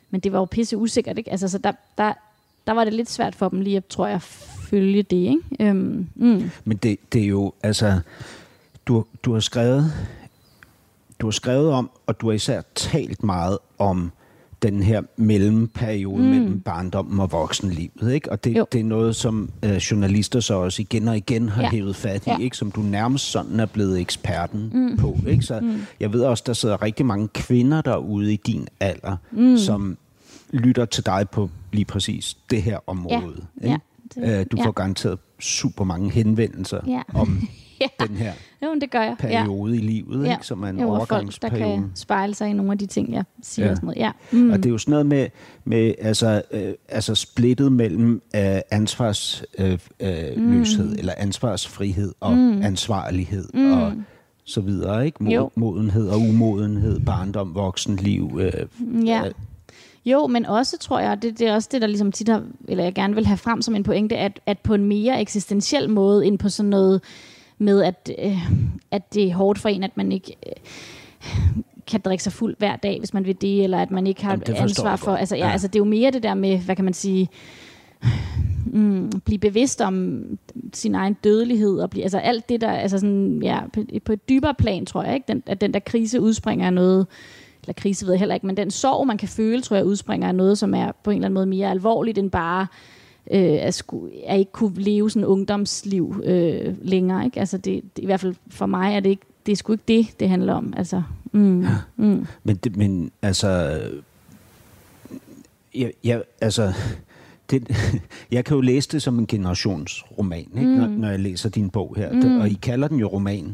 men det var jo pisse usikkert, ikke? Altså, så der var det lidt svært for dem lige at, tror jeg, følge det, ikke? Men det er jo, altså, du har skrevet om, og du har især talt meget om den her mellemperiode mellem barndommen og voksenlivet, ikke? Og det er noget, som journalister så også igen og igen har hævet fat i, ikke? Som du nærmest sådan er blevet eksperten på, ikke? Så jeg ved også, der sidder rigtig mange kvinder derude i din alder, som lytter til dig på lige præcis det her område. Ikke? Du får garanteret super mange henvendelser om den her det gør jeg. periode i livet, ikke? Som er en overgangsperiode. Folk, der kan spejle sig i nogle af de ting, jeg siger. Og sådan noget. Og det er jo sådan noget med altså splittet mellem ansvarsløshed eller ansvarsfrihed og ansvarlighed og så videre, ikke? Modenhed og umodenhed, barndom, voksenliv. Jo, men også tror jeg, det er også det, der ligesom tit har, eller jeg gerne vil have frem som en pointe, at på en mere eksistentiel måde, end på sådan noget med, at det er hårdt for en, at man ikke kan drikke sig fuld hver dag, hvis man vil det, eller at man ikke har ansvar for. Altså, altså, det er jo mere det der med, hvad kan man sige, blive bevidst om sin egen dødelighed, og altså alt det der, altså sådan, på et dybere plan, tror jeg, ikke? At den der krise udspringer af noget, eller krise ved jeg heller ikke, men den sorg, man kan føle, tror jeg, udspringer af noget, som er på en eller anden måde mere alvorligt, end bare at ikke kunne leve sådan et ungdomsliv længere, ikke? Altså det, i hvert fald for mig er det ikke, det er sgu ikke det handler om, altså. Men altså, altså, jeg kan jo læse det som en generationsroman, ikke? Når jeg læser din bog her, og I kalder den jo roman.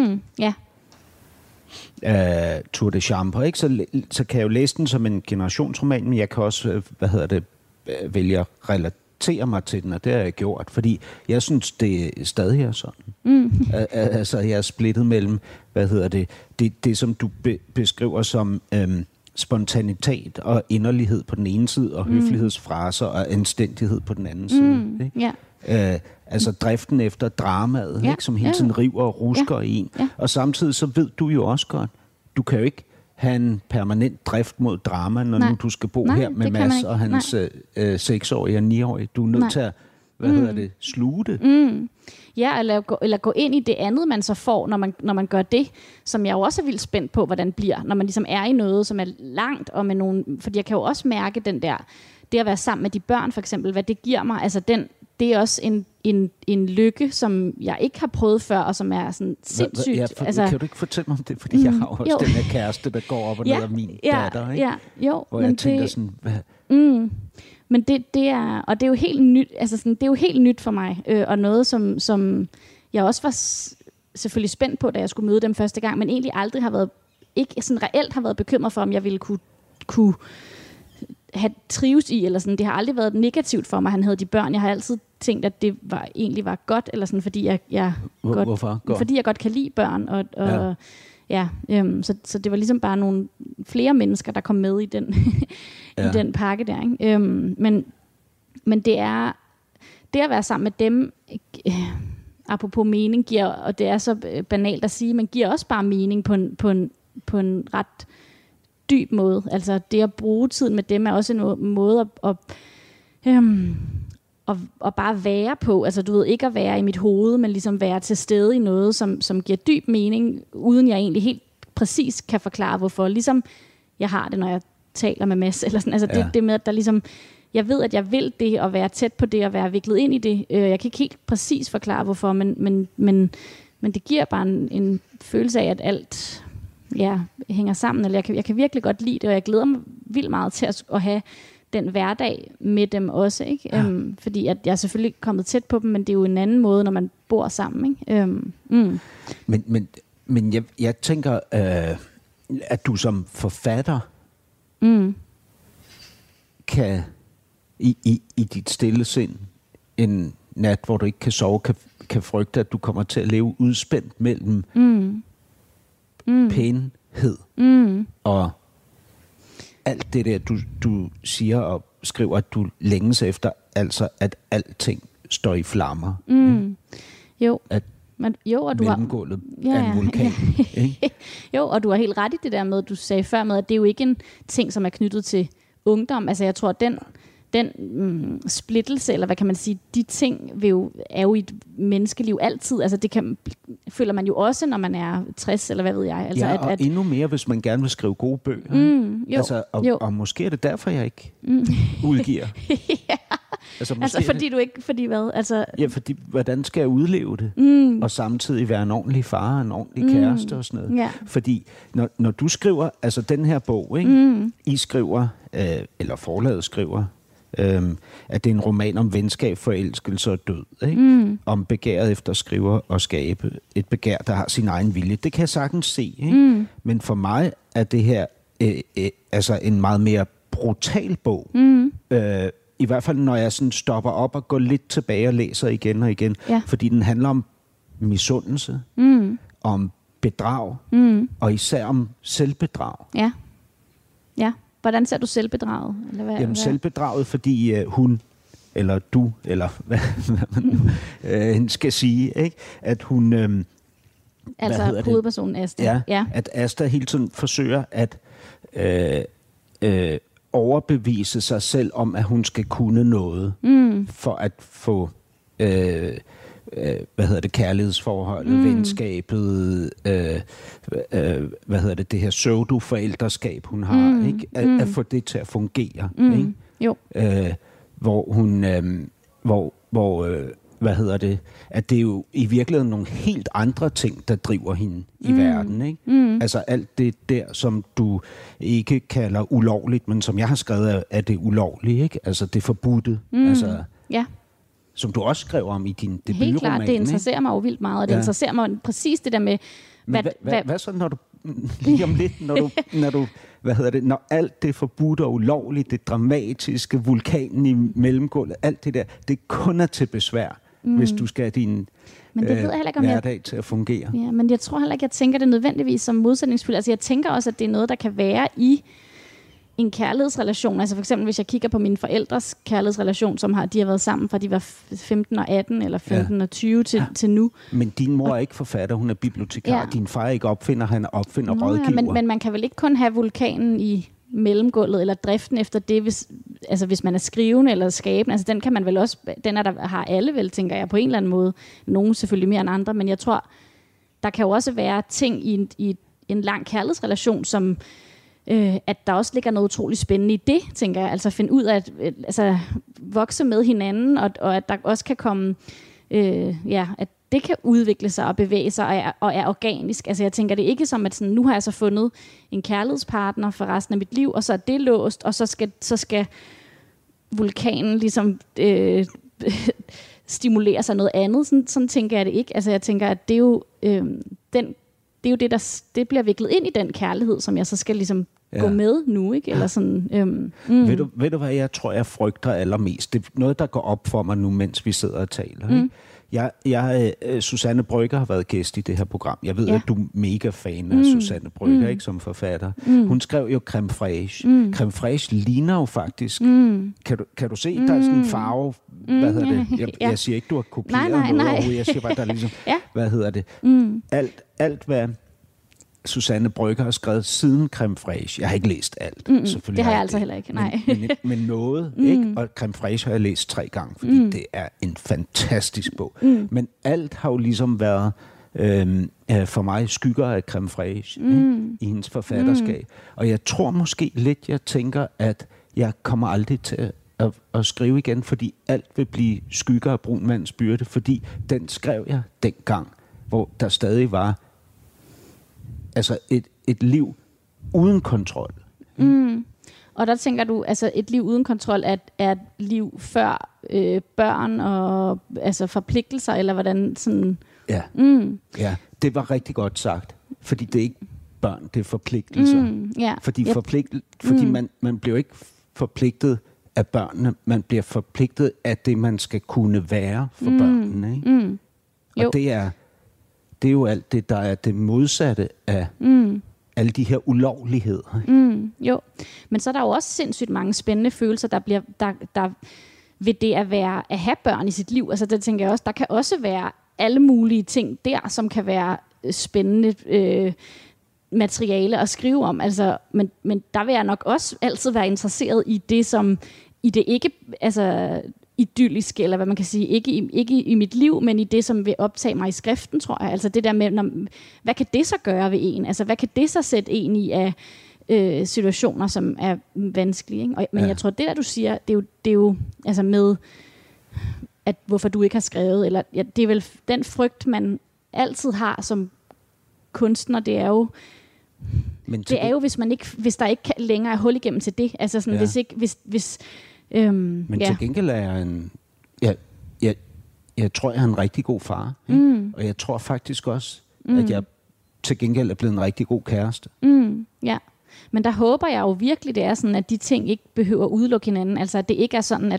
Tour de Chambre, ikke? Så kan jeg jo læse den som en generationsroman, men jeg kan også, vælge at relatere mig til den, og det har jeg gjort, fordi jeg synes, det stadig er sådan. Altså, jeg er splittet mellem, det som du beskriver som spontanitet og inderlighed på den ene side, og høflighedsfraser og anstændighed på den anden side. Ikke? Altså driften efter dramaet, ikke? Som hele tiden river og rusker i en. Og samtidig så ved du jo også godt, du kan jo ikke have en permanent drift mod drama, når nu du skal bo her med Mads og hans 6-årige og 9-årige. Du er nødt til at, sluge det. Ja, eller gå ind i det andet, man så får, når man gør det, som jeg jo også er vildt spændt på, hvordan bliver, når man ligesom er i noget, som er langt, og med nogle, fordi jeg kan jo også mærke den der, det at være sammen med de børn for eksempel, hvad det giver mig, altså det er også en lykke, som jeg ikke har prøvet før, og som er sådan sindssygt. Kan du ikke fortælle mig om det? Fordi jeg har også den her kæreste, der går op og ned af min datter, ikke? Hvor jeg tænker sådan, men det er, og det er jo helt nyt, altså sådan, det er jo helt nyt for mig, og noget, som jeg også var selvfølgelig spændt på, da jeg skulle møde dem første gang, men egentlig aldrig har været, ikke sådan reelt har været bekymret for, om jeg ville kunne have trives i, eller sådan. Det har aldrig været negativt for mig, han havde de børn. Jeg har altid tænkt, at det egentlig var godt, eller sådan, fordi jeg fordi jeg godt kan lide børn, og så det var ligesom bare nogle flere mennesker, der kom med i den i den pakke der, ikke? Men det er det at være sammen med dem, apropos mening, giver, og det er så banalt at sige, men giver også bare mening på en ret dyb måde. Altså det at bruge tiden med dem er også en måde at bare være på. Altså du ved, ikke at være i mit hoved, men ligesom være til stede i noget, som giver dyb mening, uden jeg egentlig helt præcis kan forklare, hvorfor. Ligesom jeg har det, når jeg taler med Mads. Eller sådan. Altså det med, at der ligesom, jeg ved, at jeg vil det, og være tæt på det, og være viklet ind i det. Jeg kan ikke helt præcis forklare, hvorfor, men det giver bare en følelse af, at alt hænger sammen. Eller jeg kan virkelig godt lide det, og jeg glæder mig vildt meget til at have den hverdag med dem også, ikke? Fordi at jeg er selvfølgelig kommet tæt på dem, men det er jo en anden måde, når man bor sammen, ikke? Men jeg tænker, at du som forfatter kan i dit stille sind en nat, hvor du ikke kan sove, kan frygte, at du kommer til at leve udspændt mellem pænhed og alt det der, du siger og skriver, at du længes efter, altså at alting står i flammer. Jo. At og du mellemgulvet er en vulkan. Ikke? Jo, og du har helt ret i det der med, du sagde før med, at det er jo ikke en ting, som er knyttet til ungdom. Altså jeg tror, den splittelse, eller hvad kan man sige, de ting er jo i et menneskeliv altid. Altså det føler man jo også, når man er 60, eller hvad ved jeg. Altså, og endnu mere, hvis man gerne vil skrive gode bøger. Altså, og måske er det derfor, jeg ikke udgiver. Ja. Altså fordi du ikke, fordi hvad? Altså, ja, fordi hvordan skal jeg udleve det? Og samtidig være en ordentlig far, en ordentlig kæreste og sådan noget. Ja. Fordi når du skriver, altså den her bog, ikke? I skriver, eller forlaget skriver, at det er en roman om venskab, forelskelse og død. Ikke? Om begæret efter skriver og skabe. Et begær, der har sin egen vilje. Det kan jeg sagtens se. Ikke? Men for mig er det her altså en meget mere brutal bog. I hvert fald, når jeg sådan stopper op og går lidt tilbage og læser igen og igen. Ja. Fordi den handler om misundelse, om bedrag, og især om selvbedrag. Ja. Ja. Hvordan ser du selvbedraget? Eller hvad? Selvbedraget, fordi hun, eller du, eller hvad man nu skal sige, ikke? At hun... altså hovedpersonen Asta. Ja, at Asta hele tiden forsøger at overbevise sig selv om, at hun skal kunne noget, for at få... kærlighedsforholdet, venskabet, det her pseudo-forældreskab, hun har, ikke? At få det til at fungere, ikke? Jo. Hvor hun, at det er jo i virkeligheden nogle helt andre ting, der driver hende i verden, ikke? Altså alt det der, som du ikke kalder ulovligt, men som jeg har skrevet, er det ulovlige, ikke? Altså det forbudte, altså... Ja. Som du også skrev om i din debutroman. Helt klart, det interesserer mig jo vildt meget, og det interesserer mig præcis det der med... Hvad så, når du lige om lidt, når alt det forbudte og ulovligt, det dramatiske, vulkanen i mellemgulvet, alt det der, det kun er til besvær, hvis du skal have din hverdag til at fungere. Ja, men jeg tror heller ikke, jeg tænker det nødvendigvis som modsætningsfuldt. Altså jeg tænker også, at det er noget, der kan være i en kærlighedsrelation. Altså for eksempel, hvis jeg kigger på mine forældres kærlighedsrelation, de har været sammen fra de var 15 og 18, eller 15 og 20 til nu. Men din mor er ikke forfatter, hun er bibliotekar. Ja. Din far er ikke opfinder, han opfinder rådgiver. Ja, men man kan vel ikke kun have vulkanen i mellemgulvet, eller driften efter det, hvis man er skrivende eller skabende. Altså den kan man vel også, har alle vel, tænker jeg, på en eller anden måde. Nogle selvfølgelig mere end andre, men jeg tror, der kan jo også være ting i en lang kærlighedsrelation, som at der også ligger noget utroligt spændende i det, tænker jeg. Altså finde ud af at vokse med hinanden, og at der også kan komme, at det kan udvikle sig og bevæge sig og er organisk. Altså jeg tænker, det er ikke som, at sådan, nu har jeg så fundet en kærlighedspartner for resten af mit liv, og så er det låst, og så skal vulkanen ligesom stimulere sig noget andet. Sådan tænker jeg det ikke. Altså jeg tænker, at det er jo det er jo det, det bliver viklet ind i den kærlighed, som jeg så skal ligesom gå med nu, ikke? Eller sådan, Ved du, hvad jeg tror, jeg frygter allermest? Det er noget, der går op for mig nu, mens vi sidder og taler. Ikke? Susanne Brøgger har været gæst i det her program. Jeg ved, at du er mega fan af Susanne Brøgger, ikke, som forfatter. Hun skrev jo Crème Fraîche. Crème Fraîche ligner jo faktisk... Kan du se, der er sådan en farve... Jeg siger ikke, du har kopieret noget. Jeg siger bare, der er ligesom... Alt, hvad Susanne Brøgger har skrevet siden Crème Fraîche. Jeg har ikke læst alt. Det har jeg altså heller ikke, nej. Men noget, ikke? Og Crème Fraîche har jeg læst 3 gange, fordi det er en fantastisk bog. Men alt har jo ligesom været for mig skygger af Crème Fraîche i hendes forfatterskab. Og jeg tror måske lidt, jeg tænker, at jeg kommer aldrig til at skrive igen, fordi alt vil blive skygger af brun mands byrde, fordi den skrev jeg dengang, hvor der stadig var altså et liv uden kontrol. Og der tænker du, altså et liv uden kontrol er et liv før børn og altså forpligtelser, eller hvordan sådan... Ja. Ja, det var rigtig godt sagt, fordi det er ikke børn, det er forpligtelser. Fordi man bliver ikke forpligtet af børnene, man bliver forpligtet af det, man skal kunne være for børnene. Ikke? Og det er jo alt det, der er det modsatte af alle de her ulovligheder. Jo, men så er der jo også sindssygt mange spændende følelser, der ved det at have børn i sit liv. Altså det tænker jeg også, der kan også være alle mulige ting der, som kan være spændende. materiale at skrive om. Altså, men der vil jeg nok også altid være interesseret i det, som i det ikke idylliske, eller hvad man kan sige, ikke i mit liv, men i det, som vil optage mig i skriften, tror jeg. Altså det der med, hvad kan det så gøre ved en? Altså hvad kan det så sætte en i af situationer, som er vanskelige? Ikke? Men jeg tror, det der, du siger, det er jo altså med, at hvorfor du ikke har skrevet, eller det er vel den frygt, man altid har som kunstner, det er jo, hvis der ikke længere er hul igennem til det. Altså sådan, men til gengæld er jeg tror, jeg er en rigtig god far. Og jeg tror faktisk også, at jeg til gengæld er blevet en rigtig god kæreste. Ja, men der håber jeg jo virkelig, det er sådan, at de ting ikke behøver at udelukke hinanden. Altså, at det ikke er sådan,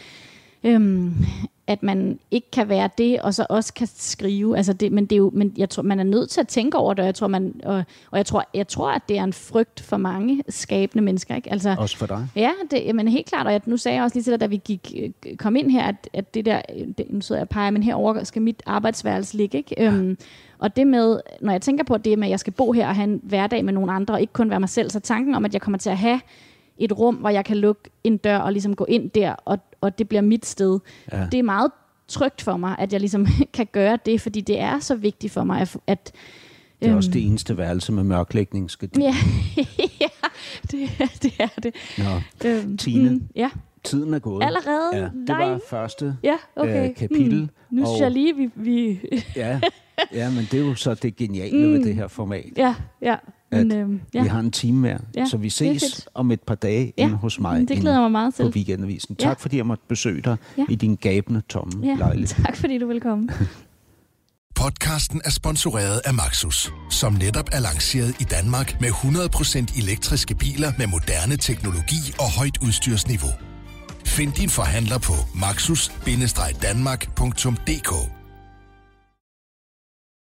at man ikke kan være det, og så også kan skrive. Altså men jeg tror, man er nødt til at tænke over det, og jeg tror, at det er en frygt for mange skabende mennesker. Ikke? Altså, også for dig? Ja, men helt klart, og nu sagde jeg også lige til dig, da vi kom ind her, at det der, nu sidder jeg og peger, men herover skal mit arbejdsværelse ligge, ikke? Og det med, når jeg tænker på det med, at jeg skal bo her og have en hverdag med nogle andre, og ikke kun være mig selv, så tanken om, at jeg kommer til at have et rum, hvor jeg kan lukke en dør og ligesom gå ind der, og det bliver mit sted. Ja. Det er meget trygt for mig, at jeg ligesom kan gøre det, fordi det er så vigtigt for mig, at det er også det eneste værelse med mørklægning, skal det. Ja, det er det. Nå, Tine, tiden er gået. Allerede? Ja, det var første kapitel. Nu synes jeg lige, vi ja, men det er jo så det geniale ved det her format. Ja. Vi har en time mere, så vi ses om et par dage inde hos mig det glæder mig meget til. På Weekendavisen. Tak fordi jeg måtte besøge dig i din gabende tomme lejlighed. Tak fordi du vil komme. Podcasten er sponsoreret af Maxus, som netop er lanceret i Danmark med 100% elektriske biler med moderne teknologi og højt udstyrsniveau. Find din forhandler på maxus-danmark.dk.